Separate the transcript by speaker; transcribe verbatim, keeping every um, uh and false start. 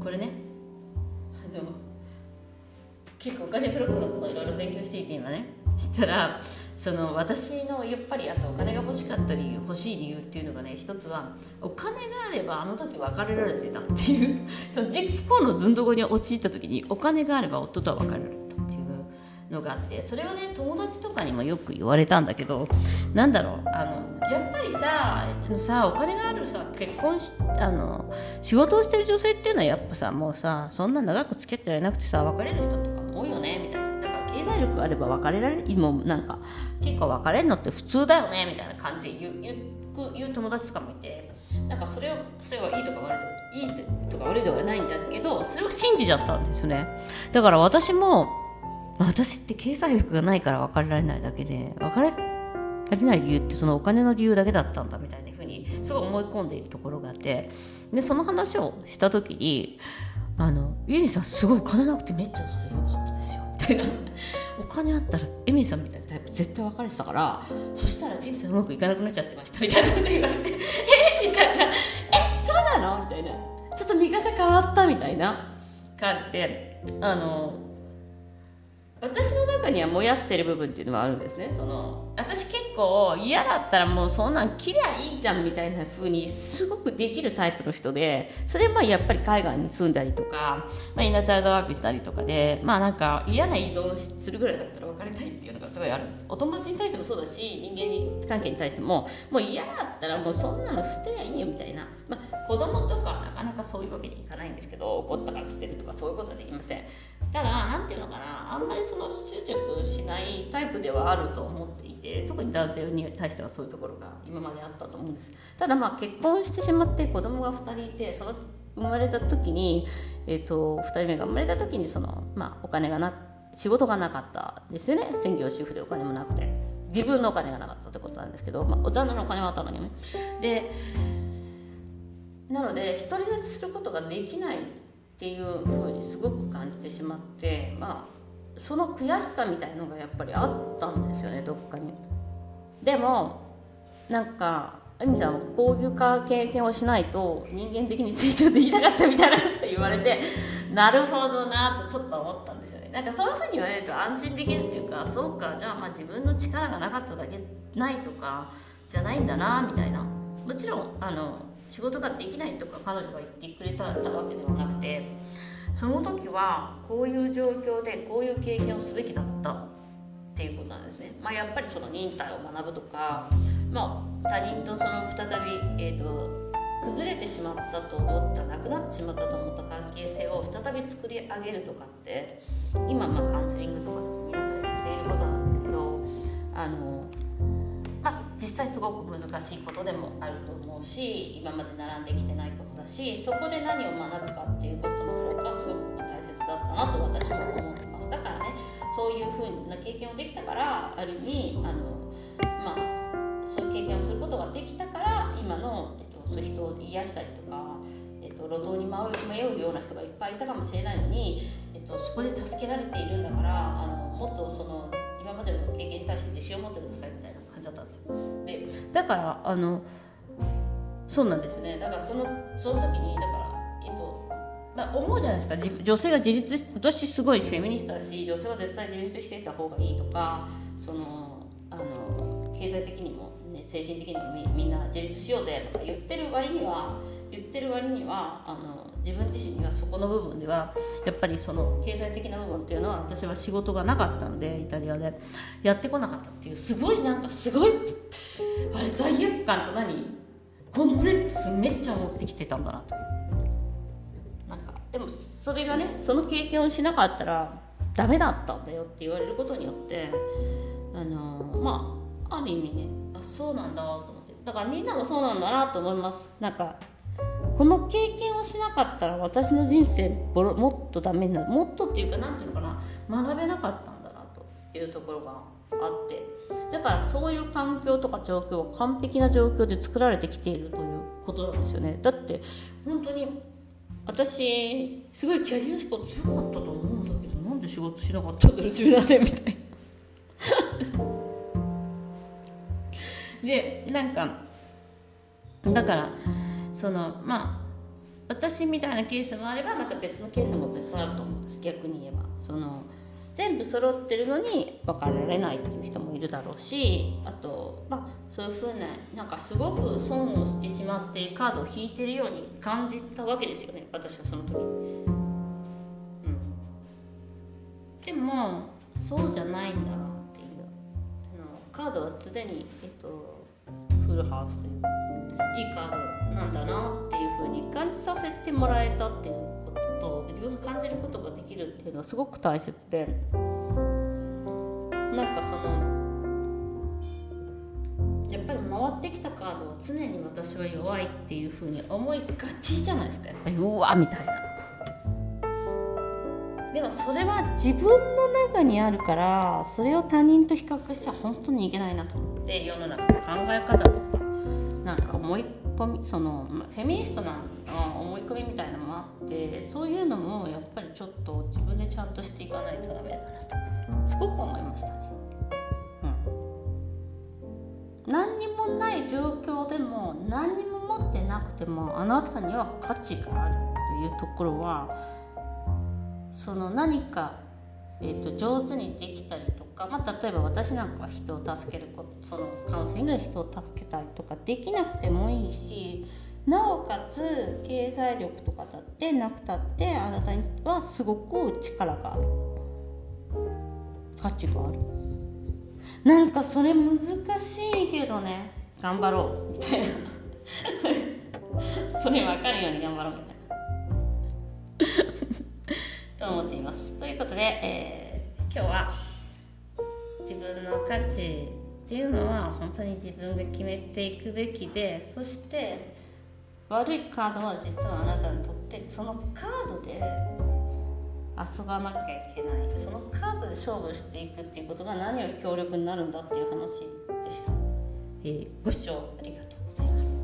Speaker 1: これねあの結構お金ブロックのことをいろいろ勉強していて今ねしたらその私のやっぱりあとお金が欲しかった理由欲しい理由っていうのがね一つはお金があればあの時別れられてたっていうその不幸のずんどこに陥った時にお金があれば夫とは別れられたっていうのがあってそれをね友達とかにもよく言われたんだけどなんだろうあのやっぱりささお金があるさ結婚しあの仕事をしてる女性っていうのはやっぱさもうさそんな長く付き合ってられなくてさ別れる人とかも多いよねみたいなだから経済力があれば別れられるもうなんか結構別れるのって普通だよねみたいな感じで言う、言う、言う友達とかもいてなんかそれをそれはいいとか悪いとかいいとか悪いとかないんだけどそれを信じちゃったんですよねだから私も私って経済力がないから別れられないだけで別れられない理由ってそのお金の理由だけだったんだみたいな風にすごい思い込んでいるところがあってでその話をした時にあのゆりさんすごい金なくてめっちゃそれ良かったですよみたいなお金あったらエミリーさんみたいなタイプ絶対別れてたからそしたら人生うまくいかなくなっちゃってましたみたいなこと言われてえみたいなえそうなのみたいなちょっと見方変わったみたいな感じであの私の中にはもやってる部分っていうのはあるんですねその私結構嫌だったらもうそんなん切りゃいいじゃんみたいな風にすごくできるタイプの人でそれはやっぱり海外に住んだりとか、まあ、インナーチャイルドワークしたりとかでまあなんか嫌な依存をするぐらいだったら別れたいっていうのがすごいあるんですお友達に対してもそうだし人間関係に対してももう嫌だったらもうそんなの捨てりゃいいよみたいな、まあ、子供とかはなかなかそういうわけにいかないんですけど怒ったから捨てるとかそういうことはできませんただなんていうのかなあんまりその執着しないタイプではあると思っていて特に男性に対してはそういうところが今まであったと思うんですただまあ結婚してしまって子供がふたりいてその生まれた時に、えー、とふたりめが生まれた時にその、まあ、お金がな仕事がなかったですよね専業主婦でお金もなくて自分のお金がなかったってことなんですけど、まあ、旦那のお金はあったんだけどねでなので独り立ちすることができないっていう風にすごく感じてしまってまあその悔しさみたいのがやっぱりあったんですよねどっかにでもなんかエミさんはこういう経験をしないと人間的に成長できなかったみたいなこと言われてなるほどなとちょっと思ったんですよねなんかそういう風に言われると安心できるっていうかそうかじゃあまあ自分の力がなかっただけないとかじゃないんだなみたいなもちろんあの仕事ができないとか彼女が言ってくれたわけではなくてその時はこういう状況でこういう経験をすべきだったっていうことなんですね、まあ、やっぱりその忍耐を学ぶとか、まあ、他人とその再び、えーと、崩れてしまったと思ったなくなってしまったと思った関係性を再び作り上げるとかって今、まあ、カウンセリングとかでも皆さんやっていることなんですけどあのまあ、実際すごく難しいことでもあると思うし今まで並んできてないことだしそこで何を学ぶかっていうことの方がすごく大切だったなと私も思ってますだからねそういうふうな経験をできたからある意味あの、まあ、そういう経験をすることができたから今の、えっと、そういう人を癒したりとか、えっと、路頭に迷うような人がいっぱいいたかもしれないのに、えっと、そこで助けられているんだからあのもっとその今までの経験に対して自信を持ってくださいみたいな感じだったんですよでだからあのそうなんですよねだからそのその時にだからえっとまあ思うじゃないですか女性が自立し私すごいフェミニストだし女性は絶対自立していった方がいいとかそのあの経済的にも、ね、精神的にも み, みんな自立しようぜとか言ってる割には言ってる割にはあの自分自身にはそこの部分ではやっぱりその経済的な部分っていうのは私は仕事がなかったのでイタリアでやってこなかったっていうすごいなんかすごいあれ罪悪感と何コンプレックスめっちゃ持ってきてたんだなとなんかでもそれがねその経験をしなかったらダメだったんだよって言われることによってあのまあある意味ねあそうなんだと思ってだからみんなもそうなんだなと思いますなんかこの経験をしなかったら私の人生ボロもっとダメになるもっとっていうかなんていうのかな学べなかったんだなというところがあってだからそういう環境とか状況は完璧な状況で作られてきているということなんですよねだって本当に私すごいキャリア志向強かったと思うんだけどなんで仕事しなかったんだろうじゅうななねんみたいなでなんかだからそのまあ私みたいなケースもあればまた別のケースも絶対あると思うんです。逆に言えばその全部揃ってるのに分かられないっていう人もいるだろうし、あと、まあ、そういうふうななんかすごく損をしてしまっているカードを引いてるように感じたわけですよね、私はその時、うん、でもそうじゃないんだなっていう、あのカードは常に、えっと、フルハウスというかいいカードなんだなっていうふうに感じさせてもらえたっていうことと、自分が感じることができるっていうのはすごく大切で、なんかそのやっぱり回ってきたカードは常に私は弱いっていうふうに思いがちじゃないですか、やっぱりうわみたいな。でもそれは自分の中にあるから、それを他人と比較しちゃ本当にいけないなと思って、世の中の考え方とかなんか思い込み、そのフェミニストなの思い込みみたいなのもあって、そういうのもやっぱりちょっと自分でちゃんとしていかないとダメだなとすごく思いましたね。うん、何にもない状況でも何にも持ってなくてもあなたには価値があるというところは、その何か、えーと、上手にできたりとか、まあ、例えば私なんかは人を助けること、そのカウンセリングで人を助けたりとかできなくてもいいし、なおかつ経済力とかだってなくたってあなたにはすごく力がある、価値がある。なんかそれ難しいけどね、頑張ろうみたいなそれ分かるように頑張ろうみたいなと思っています。ということで、えー、今日は自分の価値っていうのは本当に自分が決めていくべきで、そして悪いカードは実はあなたにとってそのカードで遊ばなきゃいけない、そのカードで勝負していくっていうことが何より強力になるんだっていう話でした。えー、ご視聴ありがとうございます。